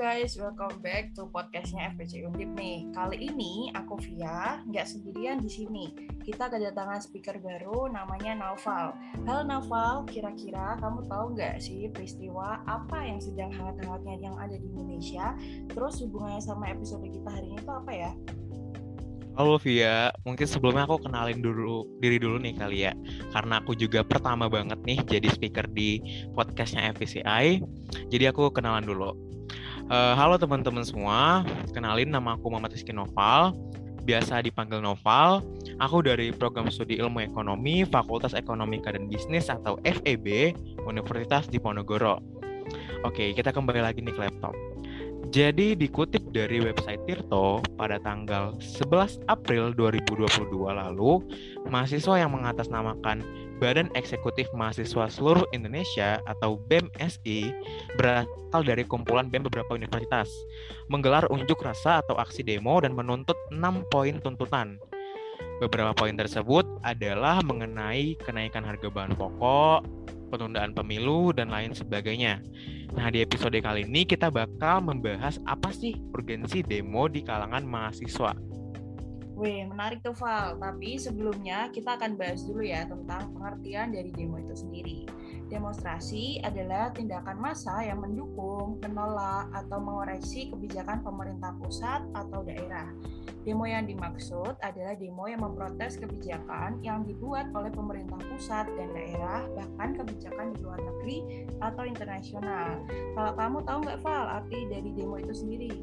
guys, welcome back to podcastnya FPC Undip nih. Kali ini aku Via, nggak sendirian di sini. Kita kedatangan speaker baru namanya Naufal. Halo Naufal, kira-kira kamu tahu nggak sih peristiwa apa yang sedang hangat-hangatnya yang ada di Indonesia? Terus hubungannya sama episode kita hari ini itu apa ya? Halo Via, mungkin sebelumnya aku kenalin diri dulu nih kali ya. Karena aku juga pertama banget nih jadi speaker di podcastnya FPCI. Jadi aku kenalan dulu. Halo teman-teman semua, kenalin nama aku Muhammad Rizky Noval, biasa dipanggil Noval. Aku dari program studi ilmu ekonomi Fakultas Ekonomika dan Bisnis atau FEB Universitas Diponegoro. Oke, kita kembali lagi nih ke laptop. Jadi dikutip dari website Tirto pada tanggal 11 April 2022 lalu, mahasiswa yang mengatasnamakan Badan Eksekutif Mahasiswa Seluruh Indonesia atau BEM-SI berasal dari kumpulan BEM beberapa universitas, menggelar unjuk rasa atau aksi demo dan menuntut 6 poin tuntutan. Beberapa poin tersebut adalah mengenai kenaikan harga bahan pokok, penundaan pemilu, dan lain sebagainya. Nah, di episode kali ini kita bakal membahas apa sih urgensi demo di kalangan mahasiswa. Wih, menarik tuh Val. Tapi sebelumnya kita akan bahas dulu ya tentang pengertian dari demo itu sendiri. Demonstrasi adalah tindakan massa yang mendukung, menolak, atau mengoreksi kebijakan pemerintah pusat atau daerah. Demo yang dimaksud adalah demo yang memprotes kebijakan yang dibuat oleh pemerintah pusat dan daerah, bahkan kebijakan di luar negeri atau internasional. Kalau kamu tahu nggak Val arti dari demo itu sendiri?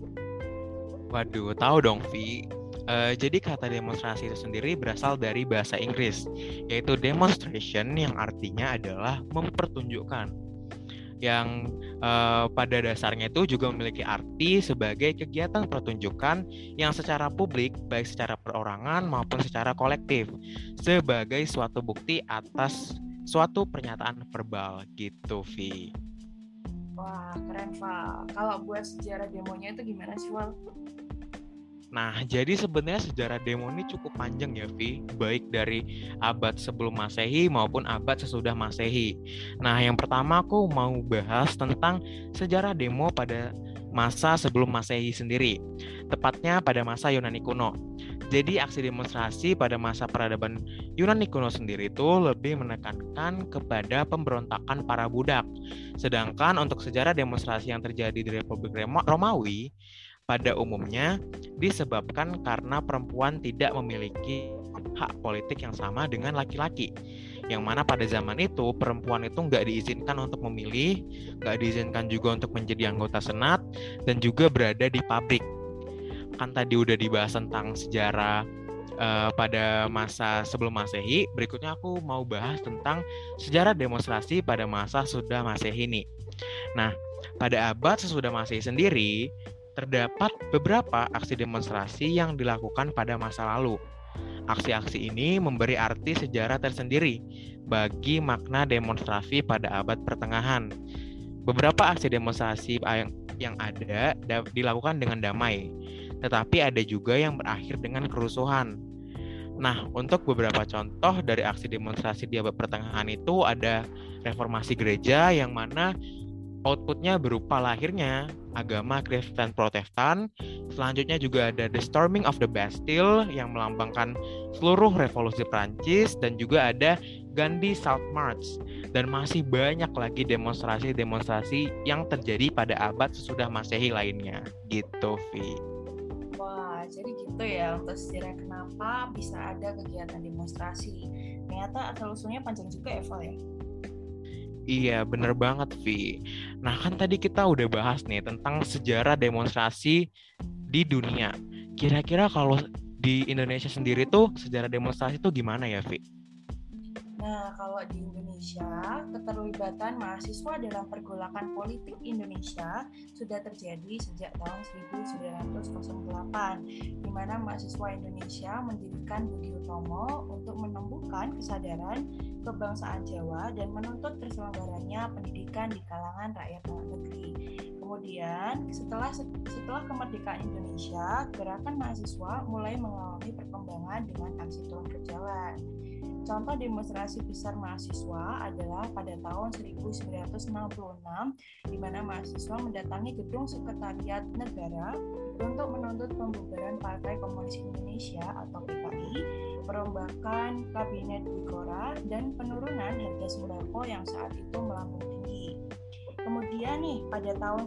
Waduh, tahu dong Vi. Jadi kata demonstrasi itu sendiri berasal dari bahasa Inggris, yaitu demonstration yang artinya adalah mempertunjukkan. Yang pada dasarnya itu juga memiliki arti sebagai kegiatan pertunjukan yang secara publik, baik secara perorangan maupun secara kolektif, sebagai suatu bukti atas suatu pernyataan verbal gitu, Vi. Wah, keren Val. Kalau buat sejarah demonya itu gimana sih Val? Nah, jadi sebenarnya sejarah demo ini cukup panjang ya, Vi, baik dari abad sebelum Masehi maupun abad sesudah Masehi. Nah, yang pertama aku mau bahas tentang sejarah demo pada masa sebelum Masehi sendiri, tepatnya pada masa Yunani kuno. Jadi, aksi demonstrasi pada masa peradaban Yunani kuno sendiri itu lebih menekankan kepada pemberontakan para budak. Sedangkan untuk sejarah demonstrasi yang terjadi di Republik Romawi, pada umumnya disebabkan karena perempuan tidak memiliki hak politik yang sama dengan laki-laki. Yang mana pada zaman itu perempuan itu nggak diizinkan untuk memilih, nggak diizinkan juga untuk menjadi anggota senat, dan juga berada di pabrik. Kan tadi udah dibahas tentang sejarah pada masa sebelum Masehi, berikutnya aku mau bahas tentang sejarah demonstrasi pada masa sesudah Masehi nih. Nah, pada abad sesudah Masehi sendiri, terdapat beberapa aksi demonstrasi yang dilakukan pada masa lalu. Aksi-aksi ini memberi arti sejarah tersendiri bagi makna demonstrasi pada abad pertengahan. Beberapa aksi demonstrasi yang ada dilakukan dengan damai, tetapi ada juga yang berakhir dengan kerusuhan. Nah, untuk beberapa contoh dari aksi demonstrasi di abad pertengahan itu ada reformasi gereja yang mana outputnya berupa lahirnya agama Kristen Protestan. Selanjutnya juga ada The Storming of the Bastille yang melambangkan seluruh revolusi Prancis, dan juga ada Gandhi South March, dan masih banyak lagi demonstrasi-demonstrasi yang terjadi pada abad sesudah Masehi lainnya gitu, Vi. Wah, jadi gitu ya untuk sejarah kenapa bisa ada kegiatan demonstrasi. Ternyata asal-usulnya panjang juga ya Val ya? Iya, bener banget, Vi. Nah, kan tadi kita udah bahas nih tentang sejarah demonstrasi di dunia. Kira-kira kalau di Indonesia sendiri tuh sejarah demonstrasi tuh gimana ya, Vi? Nah, kalau di Indonesia, keterlibatan mahasiswa dalam pergolakan politik Indonesia sudah terjadi sejak tahun 1908, di mana mahasiswa Indonesia mendirikan Budi Utomo untuk menumbuhkan kesadaran kebangsaan Jawa dan menuntut terselenggaranya pendidikan di kalangan rakyat dalam negeri. Kemudian, setelah kemerdekaan Indonesia, gerakan mahasiswa mulai mengalami perkembangan dengan aksi turun ke jalan. Contoh demonstrasi besar mahasiswa adalah pada tahun 1966, di mana mahasiswa mendatangi gedung Sekretariat Negara untuk menuntut pembubaran Partai Komunis Indonesia atau PKI, perombakan kabinet Wikora, dan penurunan harga sembako yang saat itu melambung tinggi. Kemudian nih, pada tahun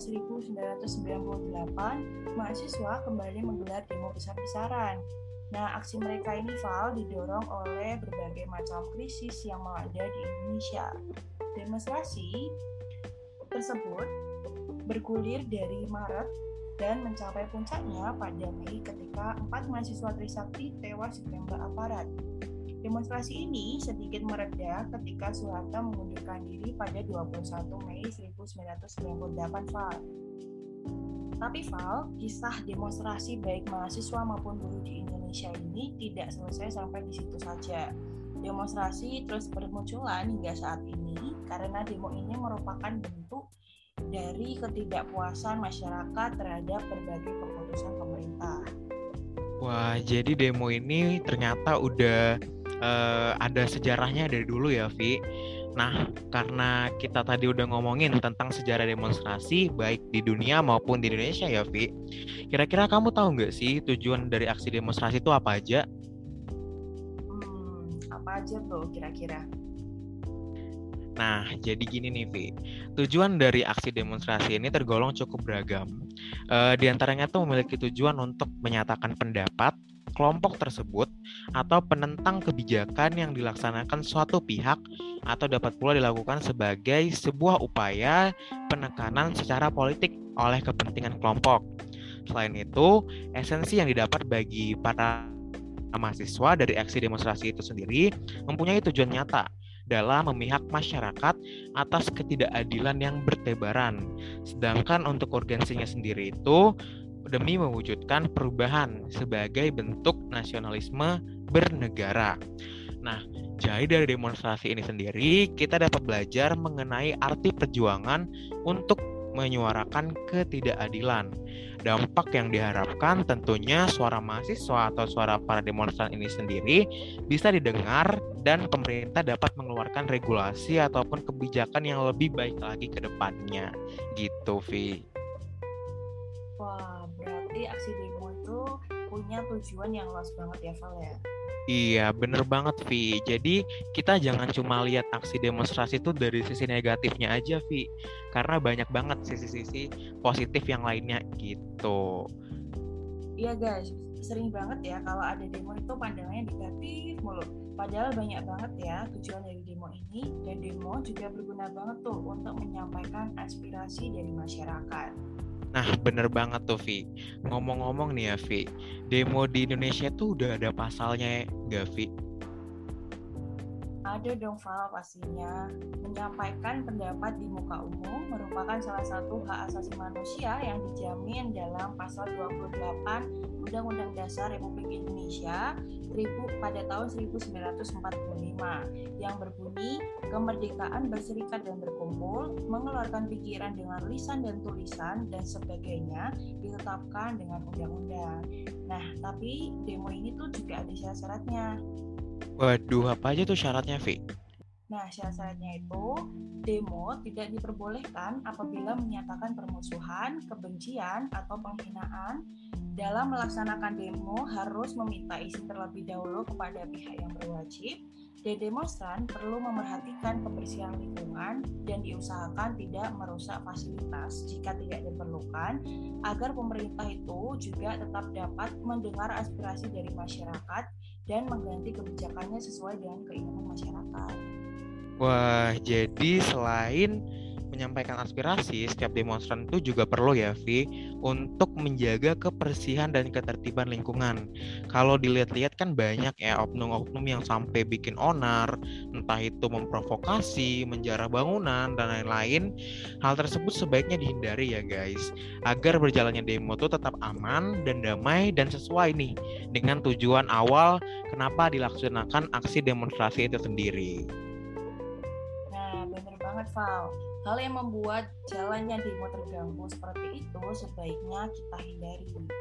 1998, mahasiswa kembali menggelar demo besar-besaran. Nah, aksi mereka ini, Val, didorong oleh berbagai macam krisis yang melanda di Indonesia. Demonstrasi tersebut bergulir dari Maret dan mencapai puncaknya pada Mei ketika 4 mahasiswa Trisakti tewas ditembak aparat. Demonstrasi ini sedikit mereda ketika Soeharto mengundurkan diri pada 21 Mei 1998, Val. Tapi Val, kisah demonstrasi baik mahasiswa maupun buruh di Indonesia ini tidak selesai sampai di situ saja. Demonstrasi terus bermunculan hingga saat ini karena demo ini merupakan bentuk dari ketidakpuasan masyarakat terhadap berbagai keputusan pemerintah. Wah, jadi demo ini ternyata udah ada sejarahnya dari dulu ya, Vi. Nah, karena kita tadi udah ngomongin tentang sejarah demonstrasi baik di dunia maupun di Indonesia ya, Vi. Kira-kira kamu tahu nggak sih tujuan dari aksi demonstrasi itu apa aja? Apa aja tuh kira-kira? Nah, jadi gini nih, Vi. Tujuan dari aksi demonstrasi ini tergolong cukup beragam. Di antaranya tuh memiliki tujuan untuk menyatakan pendapat kelompok tersebut atau penentang kebijakan yang dilaksanakan suatu pihak atau dapat pula dilakukan sebagai sebuah upaya penekanan secara politik oleh kepentingan kelompok. Selain itu, esensi yang didapat bagi para mahasiswa dari aksi demonstrasi itu sendiri mempunyai tujuan nyata dalam memihak masyarakat atas ketidakadilan yang bertebaran. Sedangkan untuk urgensinya sendiri itu demi mewujudkan perubahan sebagai bentuk nasionalisme bernegara. Nah, jadi dari demonstrasi ini sendiri kita dapat belajar mengenai arti perjuangan untuk menyuarakan ketidakadilan. Dampak yang diharapkan tentunya suara mahasiswa atau suara para demonstran ini sendiri bisa didengar dan pemerintah dapat mengeluarkan regulasi ataupun kebijakan yang lebih baik lagi ke depannya. Gitu, Vi. Wah, berarti aksi demo itu punya tujuan yang luas banget ya, Val ya? Iya, bener banget, Vi. Jadi kita jangan cuma lihat aksi demonstrasi itu dari sisi negatifnya aja, Vi. Karena banyak banget sisi-sisi positif yang lainnya gitu. Iya guys, sering banget ya kalau ada demo itu pandangannya negatif mulu. Padahal banyak banget ya tujuan dari demo ini, dan demo juga berguna banget tuh untuk menyampaikan aspirasi dari masyarakat. Nah, bener banget tuh, Vi. Ngomong-ngomong nih ya, Vi. Demo di Indonesia tuh udah ada pasalnya nggak, Vi? Ada dong, Val, pastinya. Menyampaikan pendapat di muka umum merupakan salah satu hak asasi manusia yang dijamin dalam pasal 28 Undang-Undang Dasar Republik Indonesia pada tahun 1945 yang berbunyi kemerdekaan berserikat dan berkumpul, mengeluarkan pikiran dengan lisan dan tulisan dan sebagainya ditetapkan dengan undang-undang. Nah, tapi demo ini tuh juga ada syarat-syaratnya. Waduh, apa aja tuh syaratnya, Vi? Nah, syarat-syaratnya itu, demo tidak diperbolehkan apabila menyatakan permusuhan, kebencian, atau penghinaan. Dalam melaksanakan demo harus meminta izin terlebih dahulu kepada pihak yang berwajib, dan demonstran perlu memerhatikan kebersihan lingkungan dan diusahakan tidak merusak fasilitas jika tidak diperlukan, agar pemerintah itu juga tetap dapat mendengar aspirasi dari masyarakat dan mengganti kebijakannya sesuai dengan keinginan masyarakat. Wah, jadi selain menyampaikan aspirasi, setiap demonstran itu juga perlu ya, Vi, untuk menjaga kebersihan dan ketertiban lingkungan. Kalau dilihat-lihat kan banyak ya oknum-oknum yang sampai bikin onar, entah itu memprovokasi, menjarah bangunan, dan lain-lain. Hal tersebut sebaiknya dihindari ya guys, agar berjalannya demo itu tetap aman dan damai dan sesuai nih dengan tujuan awal kenapa dilaksanakan aksi demonstrasi itu sendiri. Nah, bener banget, Val. Hal yang membuat jalannya demo terganggu seperti itu sebaiknya kita hindari.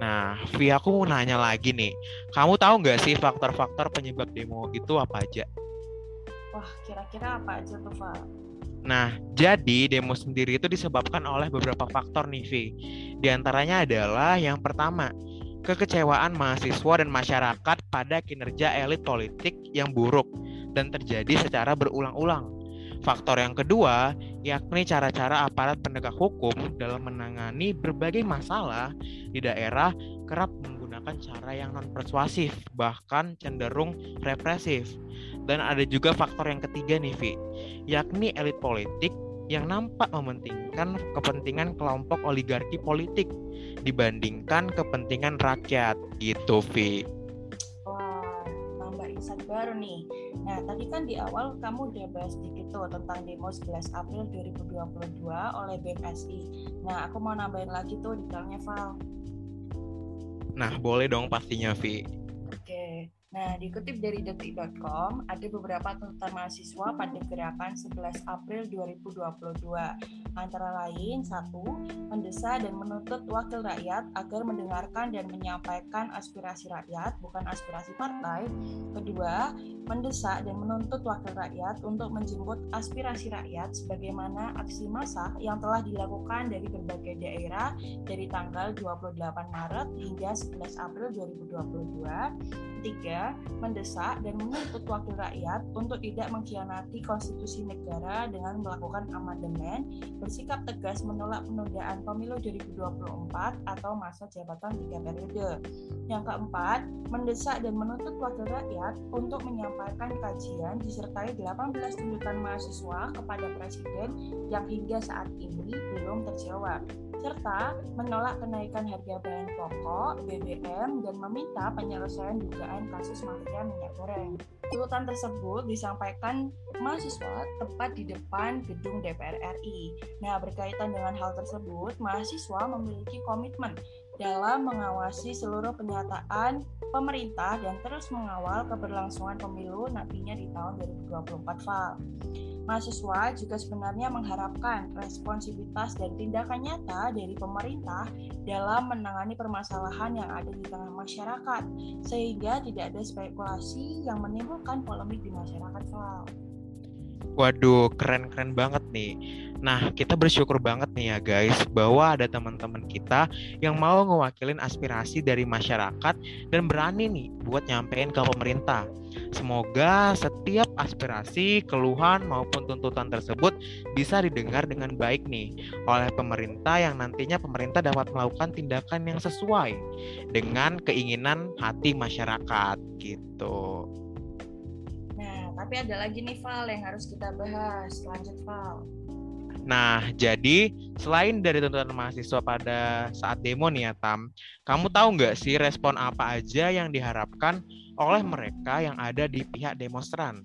Nah, Vi, aku mau nanya lagi nih. Kamu tahu nggak sih faktor-faktor penyebab demo itu apa aja? Wah, kira-kira apa aja tuh, Val? Nah, jadi demo sendiri itu disebabkan oleh beberapa faktor nih, Vi. Di antaranya adalah yang pertama, kekecewaan mahasiswa dan masyarakat pada kinerja elit politik yang buruk dan terjadi secara berulang-ulang. Faktor yang kedua, yakni cara-cara aparat penegak hukum dalam menangani berbagai masalah di daerah kerap menggunakan cara yang non-persuasif, bahkan cenderung represif. Dan ada juga faktor yang ketiga nih, Vi, yakni elit politik yang nampak mementingkan kepentingan kelompok oligarki politik dibandingkan kepentingan rakyat gitu, Vi. Wah, nambah insight baru nih. Nah, tadi kan di awal kamu udah bahas dikit tuh tentang demo 11 April 2022 oleh BMSI. Nah, aku mau nambahin lagi tuh detailnya, Val. Nah, boleh dong pastinya, Vi. Oke. Nah, dikutip dari detik.com, ada beberapa tuntutan mahasiswa pada gerakan 11 April 2022. Antara lain, 1. Mendesak dan menuntut wakil rakyat agar mendengarkan dan menyampaikan aspirasi rakyat, bukan aspirasi partai. 2. Mendesak dan menuntut wakil rakyat untuk menjemput aspirasi rakyat sebagaimana aksi massa yang telah dilakukan dari berbagai daerah dari tanggal 28 Maret hingga 11 April 2022. 3. Mendesak dan menuntut wakil rakyat untuk tidak mengkhianati konstitusi negara dengan melakukan amandemen, bersikap tegas menolak penundaan pemilu 2024 atau masa jabatan 3 periode. Yang keempat, mendesak dan menuntut wakil rakyat untuk menyampaikan kajian disertai 18 tuntutan mahasiswa kepada Presiden yang hingga saat ini belum terjawab, serta menolak kenaikan harga bahan pokok, BBM, dan meminta penyelesaian dugaan kasus mafia minyak goreng. Tuntutan tersebut disampaikan mahasiswa tepat di depan gedung DPR RI. Nah, berkaitan dengan hal tersebut, mahasiswa memiliki komitmen dalam mengawasi seluruh pernyataan pemerintah dan terus mengawal keberlangsungan pemilu nantinya di tahun 2024, Val. Mahasiswa juga sebenarnya mengharapkan responsivitas dan tindakan nyata dari pemerintah dalam menangani permasalahan yang ada di tengah masyarakat, sehingga tidak ada spekulasi yang menimbulkan polemik di masyarakat, Val. Waduh, keren-keren banget nih. Nah, kita bersyukur banget nih ya guys, bahwa ada teman-teman kita yang mau ngewakilin aspirasi dari masyarakat dan berani nih buat nyampein ke pemerintah. Semoga setiap aspirasi, keluhan maupun tuntutan tersebut bisa didengar dengan baik nih oleh pemerintah, yang nantinya pemerintah dapat melakukan tindakan yang sesuai dengan keinginan hati masyarakat gitu. Tapi ada lagi nih, Val, yang harus kita bahas. Lanjut, Val. Nah, jadi selain dari tuntutan mahasiswa pada saat demo nih ya, Tam, kamu tahu nggak sih respon apa aja yang diharapkan oleh mereka yang ada di pihak demonstran?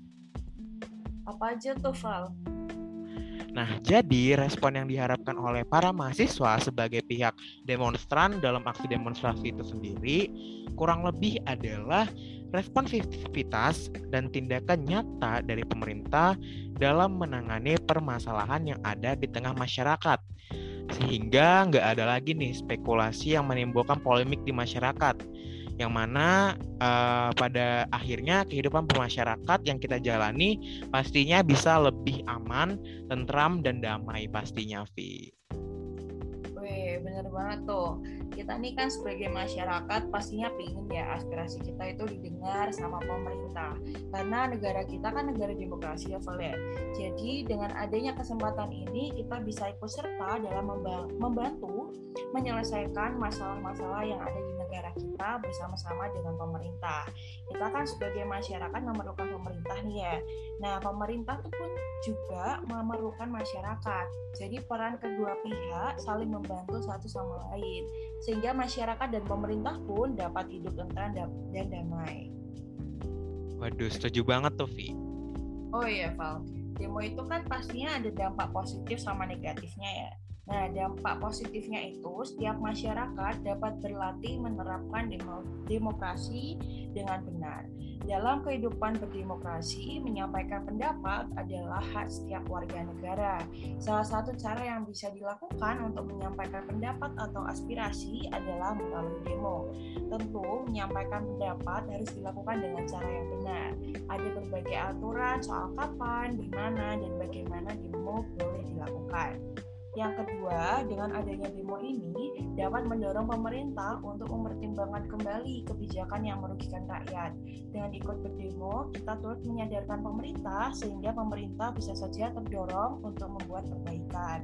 Apa aja tuh, Val? Nah, jadi respon yang diharapkan oleh para mahasiswa sebagai pihak demonstran dalam aksi demonstrasi itu sendiri kurang lebih adalah responsivitas dan tindakan nyata dari pemerintah dalam menangani permasalahan yang ada di tengah masyarakat. Sehingga nggak ada lagi nih spekulasi yang menimbulkan polemik di masyarakat, yang mana pada akhirnya kehidupan bermasyarakat yang kita jalani pastinya bisa lebih aman, tentram, dan damai pastinya, Vi. Wih, bener banget tuh. Kita nih kan sebagai masyarakat pastinya pingin ya aspirasi kita itu didengar sama pemerintah. Karena negara kita kan negara demokrasi ya, Val. Jadi dengan adanya kesempatan ini kita bisa ikut serta dalam membantu menyelesaikan masalah-masalah yang ada di negara kita bersama-sama dengan pemerintah. Kita kan sebagai masyarakat memerlukan pemerintah nih ya. Nah, pemerintah itu pun juga memerlukan masyarakat. Jadi peran kedua pihak saling membantu satu sama lain, sehingga masyarakat dan pemerintah pun dapat hidup tentram dan damai. Waduh, setuju banget tuh, Vi. Oh iya, Val. Demo itu kan pastinya ada dampak positif sama negatifnya ya. Nah, dampak positifnya itu setiap masyarakat dapat berlatih menerapkan demokrasi dengan benar. Dalam kehidupan berdemokrasi, menyampaikan pendapat adalah hak setiap warga negara. Salah satu cara yang bisa dilakukan untuk menyampaikan pendapat atau aspirasi adalah melalui demo. Tentu, menyampaikan pendapat harus dilakukan dengan cara yang benar. Ada berbagai aturan soal kapan, di mana, dan bagaimana demo boleh dilakukan. Yang kedua, dengan adanya demo ini dapat mendorong pemerintah untuk mempertimbangkan kembali kebijakan yang merugikan rakyat. Dengan ikut berdemo, kita turut menyadarkan pemerintah sehingga pemerintah bisa saja terdorong untuk membuat perbaikan.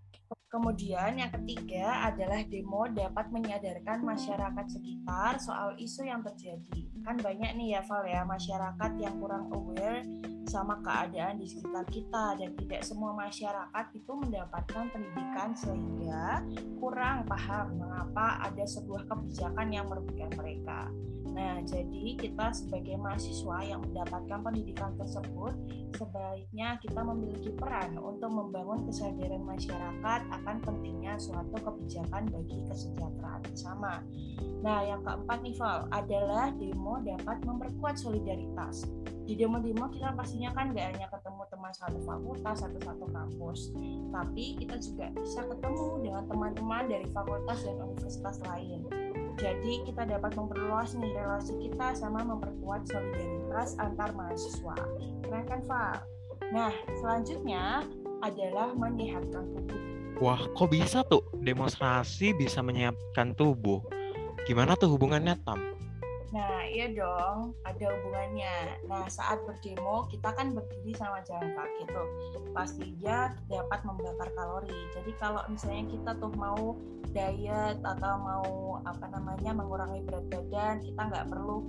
Kemudian yang ketiga adalah demo dapat menyadarkan masyarakat sekitar soal isu yang terjadi. Kan banyak nih ya Val ya, masyarakat yang kurang aware sama keadaan di sekitar kita dan tidak semua masyarakat itu mendapatkan pendidikan sehingga kurang paham mengapa ada sebuah kebijakan yang merugikan mereka. Nah, jadi kita sebagai mahasiswa yang mendapatkan pendidikan tersebut, sebaiknya kita memiliki peran untuk membangun kesadaran masyarakat akan pentingnya suatu kebijakan bagi kesejahteraan bersama. Nah, yang keempat nih Val, adalah demo dapat memperkuat solidaritas. Di demo-demo kita pastinya kan gak hanya ketemu teman satu fakultas atau satu kampus, tapi kita juga bisa ketemu dengan teman-teman dari fakultas dan universitas lain. Jadi kita dapat memperluas nih relasi kita sama memperkuat solidaritas antar mahasiswa. Keren kan, Val? Nah, selanjutnya adalah menyehatkan tubuh. Wah, kok bisa tuh demonstrasi bisa menyehatkan tubuh? Gimana tuh hubungannya, Tam? Nah, iya dong, ada hubungannya. Nah, saat berdemo, kita kan berdiri sama jalan kaki tuh. Pastinya dapat membakar kalori. Jadi kalau misalnya kita tuh mau diet atau mau mengurangi berat badan, kita nggak perlu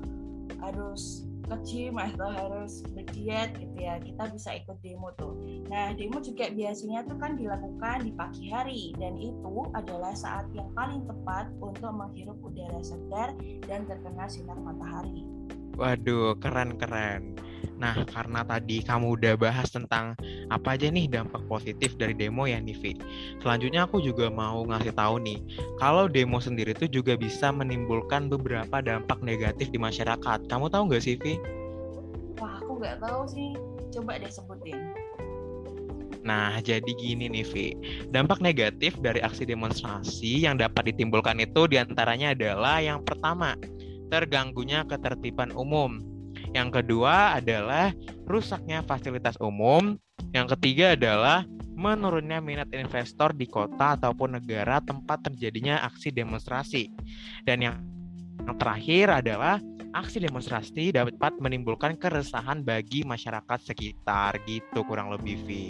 harus ke gym atau harus berdiet gitu ya, kita bisa ikut demo tuh. Nah, demo juga biasanya tuh kan dilakukan di pagi hari dan itu adalah saat yang paling tepat untuk menghirup udara segar dan terkena sinar matahari. Waduh, keren-keren. Nah, karena tadi kamu udah bahas tentang apa aja nih dampak positif dari demo ya, Nivi. Selanjutnya aku juga mau ngasih tahu nih, kalau demo sendiri tuh juga bisa menimbulkan beberapa dampak negatif di masyarakat. Kamu tahu nggak sih, Vi? Wah, aku nggak tahu sih. Coba deh sebutin. Nah, jadi gini nih, Vi. Dampak negatif dari aksi demonstrasi yang dapat ditimbulkan itu diantaranya adalah yang pertama, terganggunya ketertiban umum. Yang kedua adalah rusaknya fasilitas umum. Yang ketiga adalah menurunnya minat investor di kota ataupun negara tempat terjadinya aksi demonstrasi. Dan yang terakhir adalah aksi demonstrasi dapat menimbulkan keresahan bagi masyarakat sekitar gitu kurang lebih, Vi.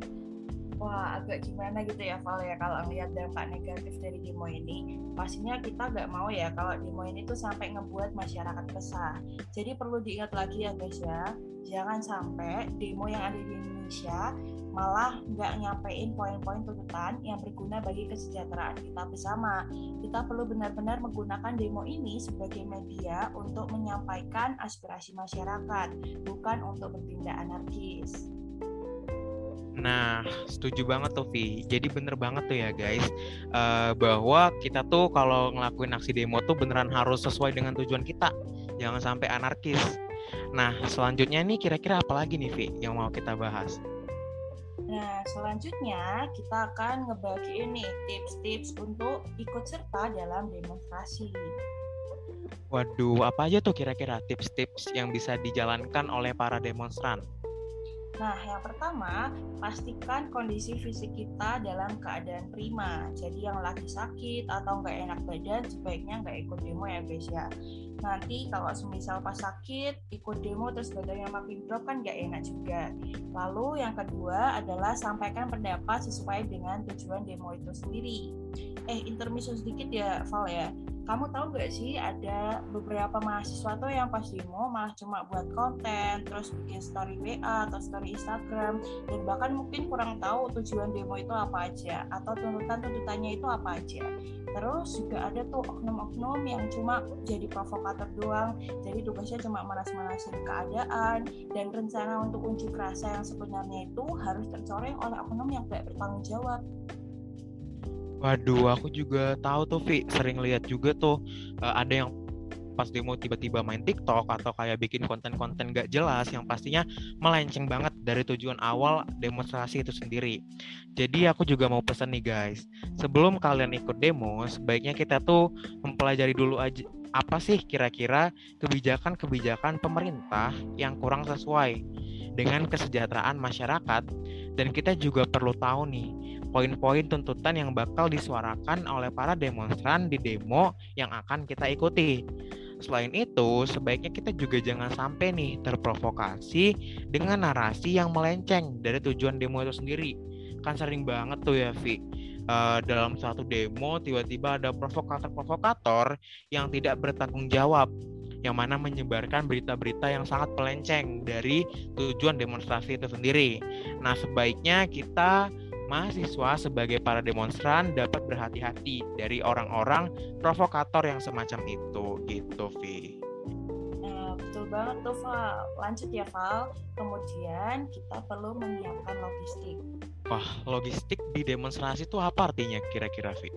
Wah, agak gimana gitu ya Val ya kalau ngelihat dampak negatif dari demo ini. Pastinya kita nggak mau ya kalau demo ini tuh sampai ngebuat masyarakat resah. Jadi perlu diingat lagi ya guys ya, jangan sampai demo yang ada di Indonesia malah nggak nyampein poin-poin tuntutan yang berguna bagi kesejahteraan kita bersama. Kita perlu benar-benar menggunakan demo ini sebagai media untuk menyampaikan aspirasi masyarakat, bukan untuk bertindak anarkis. Nah, setuju banget tuh, Vi. Jadi bener banget tuh ya, guys, bahwa kita tuh kalau ngelakuin aksi demo tuh beneran harus sesuai dengan tujuan kita. Jangan sampai anarkis. Nah, selanjutnya nih kira-kira apa lagi nih, Vi, yang mau kita bahas? Nah, selanjutnya kita akan ngebagiin nih tips-tips untuk ikut serta dalam demonstrasi. Waduh, apa aja tuh kira-kira tips-tips yang bisa dijalankan oleh para demonstran? Nah, yang pertama, pastikan kondisi fisik kita dalam keadaan prima. Jadi yang lagi sakit atau nggak enak badan, sebaiknya nggak ikut demo ya guys ya. Nanti kalau semisal pas sakit, ikut demo terus badannya makin drop kan nggak enak juga. Lalu yang kedua adalah sampaikan pendapat sesuai dengan tujuan demo itu sendiri. Intermezzo sedikit ya Val ya. Kamu tahu nggak sih ada beberapa mahasiswa tuh yang pas demo malah cuma buat konten, terus bikin story WA atau story Instagram, dan bahkan mungkin kurang tahu tujuan demo itu apa aja, atau tuntutannya itu apa aja. Terus juga ada tuh oknum-oknum yang cuma jadi provokator doang, jadi tugasnya cuma manas-manasin keadaan, dan rencana untuk unjuk rasa yang sebenarnya itu harus tercoreng oleh oknum yang tidak bertanggung jawab. Waduh, aku juga tahu tuh, Vi. Sering lihat juga tuh ada yang pas demo tiba-tiba main TikTok atau kayak bikin konten-konten gak jelas yang pastinya melenceng banget dari tujuan awal demonstrasi itu sendiri. Jadi aku juga mau pesan nih guys, sebelum kalian ikut demo, sebaiknya kita tuh mempelajari dulu aja apa sih kira-kira kebijakan-kebijakan pemerintah yang kurang sesuai dengan kesejahteraan masyarakat, dan kita juga perlu tahu nih poin-poin tuntutan yang bakal disuarakan oleh para demonstran di demo yang akan kita ikuti. Selain itu, sebaiknya kita juga jangan sampai nih terprovokasi dengan narasi yang melenceng dari tujuan demo itu sendiri. Kan sering banget tuh ya, Vi, dalam suatu demo tiba-tiba ada provokator-provokator yang tidak bertanggung jawab, yang mana menyebarkan berita-berita yang sangat melenceng dari tujuan demonstrasi itu sendiri. Nah, sebaiknya kita mahasiswa sebagai para demonstran dapat berhati-hati dari orang-orang provokator yang semacam itu, gitu, Vi. Nah, betul banget tuh, Val. Lanjut ya, Val. Kemudian kita perlu menyiapkan logistik. Wah, logistik di demonstrasi itu apa artinya kira-kira, Vi?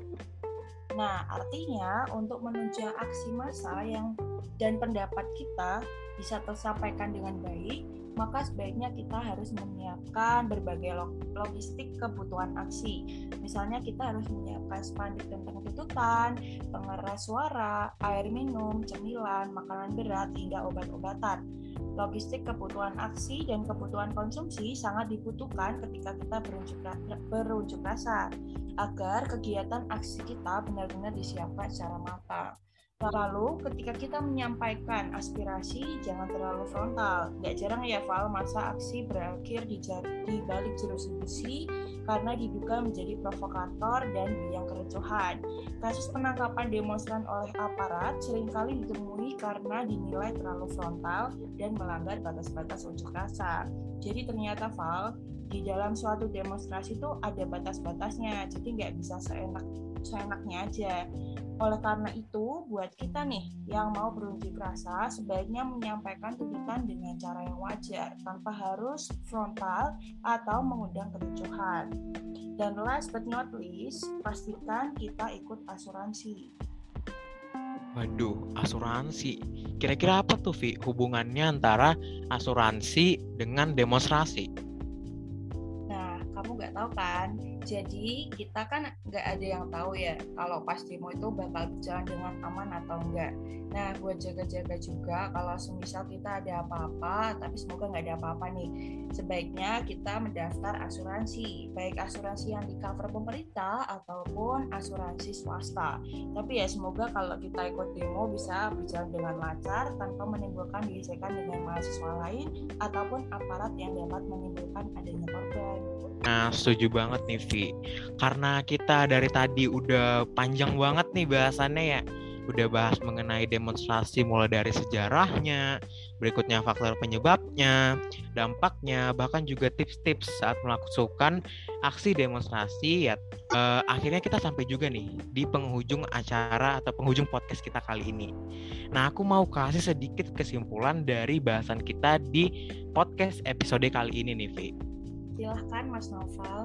Nah, artinya untuk menunjang aksi massa dan pendapat kita bisa tersampaikan dengan baik, maka sebaiknya kita harus menyiapkan berbagai logistik kebutuhan aksi. Misalnya kita harus menyiapkan spanduk tentang tuntutan, pengeras suara, air minum, cemilan, makanan berat, hingga obat-obatan. Logistik kebutuhan aksi dan kebutuhan konsumsi sangat dibutuhkan ketika kita berunjuk rasa, agar kegiatan aksi kita benar-benar disiapkan secara matang. Lalu, ketika kita menyampaikan aspirasi, jangan terlalu frontal. Nggak jarang ya, Val, masa aksi berakhir di balik jeruji besi karena diduga menjadi provokator dan biang kericuhan. Kasus penangkapan demonstran oleh aparat seringkali ditemui karena dinilai terlalu frontal dan melanggar batas-batas unjuk rasa. Jadi ternyata, Val, di dalam suatu demonstrasi itu ada batas-batasnya, jadi nggak bisa seenaknya aja. Oleh karena itu, buat kita nih yang mau berunjuk rasa, sebaiknya menyampaikan tuntutan dengan cara yang wajar, tanpa harus frontal atau mengundang kericuhan. Dan last but not least, pastikan kita ikut asuransi. Waduh, asuransi. Kira-kira apa tuh, Vi, hubungannya antara asuransi dengan demonstrasi? Nah, kamu nggak tahu kan? Jadi kita kan nggak ada yang tahu ya kalau pas demo itu bakal berjalan dengan aman atau enggak. Nah, buat jaga-jaga juga kalau semisal kita ada apa-apa, tapi semoga nggak ada apa-apa nih, sebaiknya kita mendaftar asuransi, baik asuransi yang di cover pemerintah ataupun asuransi swasta. Tapi ya semoga kalau kita ikut demo bisa berjalan dengan lancar tanpa menimbulkan gesekan dengan mahasiswa lain ataupun aparat yang dapat menimbulkan adanya korban. Nah, setuju banget nih, Vi. Karena kita dari tadi udah panjang banget nih bahasannya ya. Udah bahas mengenai demonstrasi mulai dari sejarahnya, berikutnya faktor penyebabnya, dampaknya, bahkan juga tips-tips saat melakukan aksi demonstrasi ya. Akhirnya kita sampai juga nih di penghujung acara atau penghujung podcast kita kali ini. Nah, aku mau kasih sedikit kesimpulan dari bahasan kita di podcast episode kali ini nih, Vi. Silahkan Mas Noval.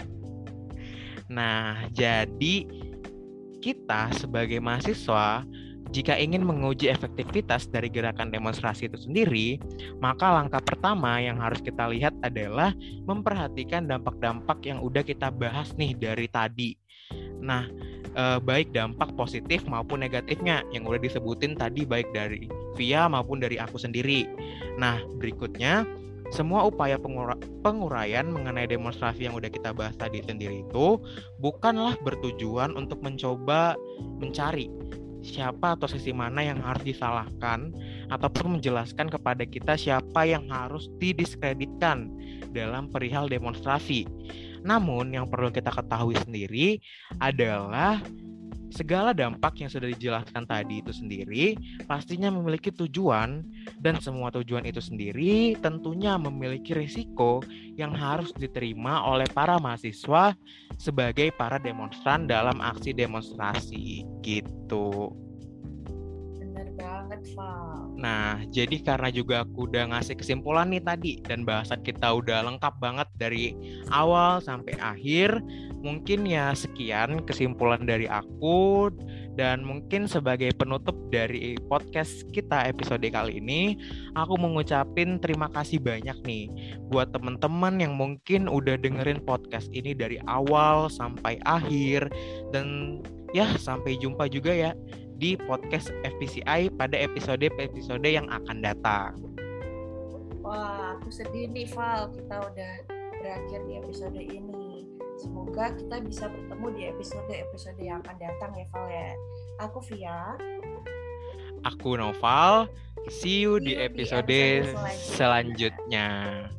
Nah, jadi kita sebagai mahasiswa, jika ingin menguji efektivitas dari gerakan demonstrasi itu sendiri, maka langkah pertama yang harus kita lihat adalah memperhatikan dampak-dampak yang udah kita bahas nih dari tadi. Nah, baik dampak positif maupun negatifnya yang udah disebutin tadi baik dari Via maupun dari aku sendiri. Nah, berikutnya, semua upaya penguraian mengenai demonstrasi yang udah kita bahas tadi sendiri itu bukanlah bertujuan untuk mencoba mencari siapa atau sisi mana yang harus disalahkan ataupun menjelaskan kepada kita siapa yang harus didiskreditkan dalam perihal demonstrasi. Namun yang perlu kita ketahui sendiri adalah segala dampak yang sudah dijelaskan tadi itu sendiri pastinya memiliki tujuan, dan semua tujuan itu sendiri tentunya memiliki risiko yang harus diterima oleh para mahasiswa sebagai para demonstran dalam aksi demonstrasi gitu. Bener banget, Val. Nah, jadi karena juga aku udah ngasih kesimpulan nih tadi dan bahasan kita udah lengkap banget dari awal sampai akhir, Mungkin ya sekian kesimpulan dari aku, dan mungkin sebagai penutup dari podcast kita episode kali ini, aku mengucapin terima kasih banyak nih buat teman-teman yang mungkin udah dengerin podcast ini dari awal sampai akhir. Dan ya sampai jumpa juga ya di podcast FPCI pada episode-episode yang akan datang. Wah, aku sedih nih Val, kita udah berakhir di episode ini. Semoga kita bisa bertemu di episode-episode yang akan datang ya Val ya. Aku Via. Aku Noval. See you di episode selanjutnya.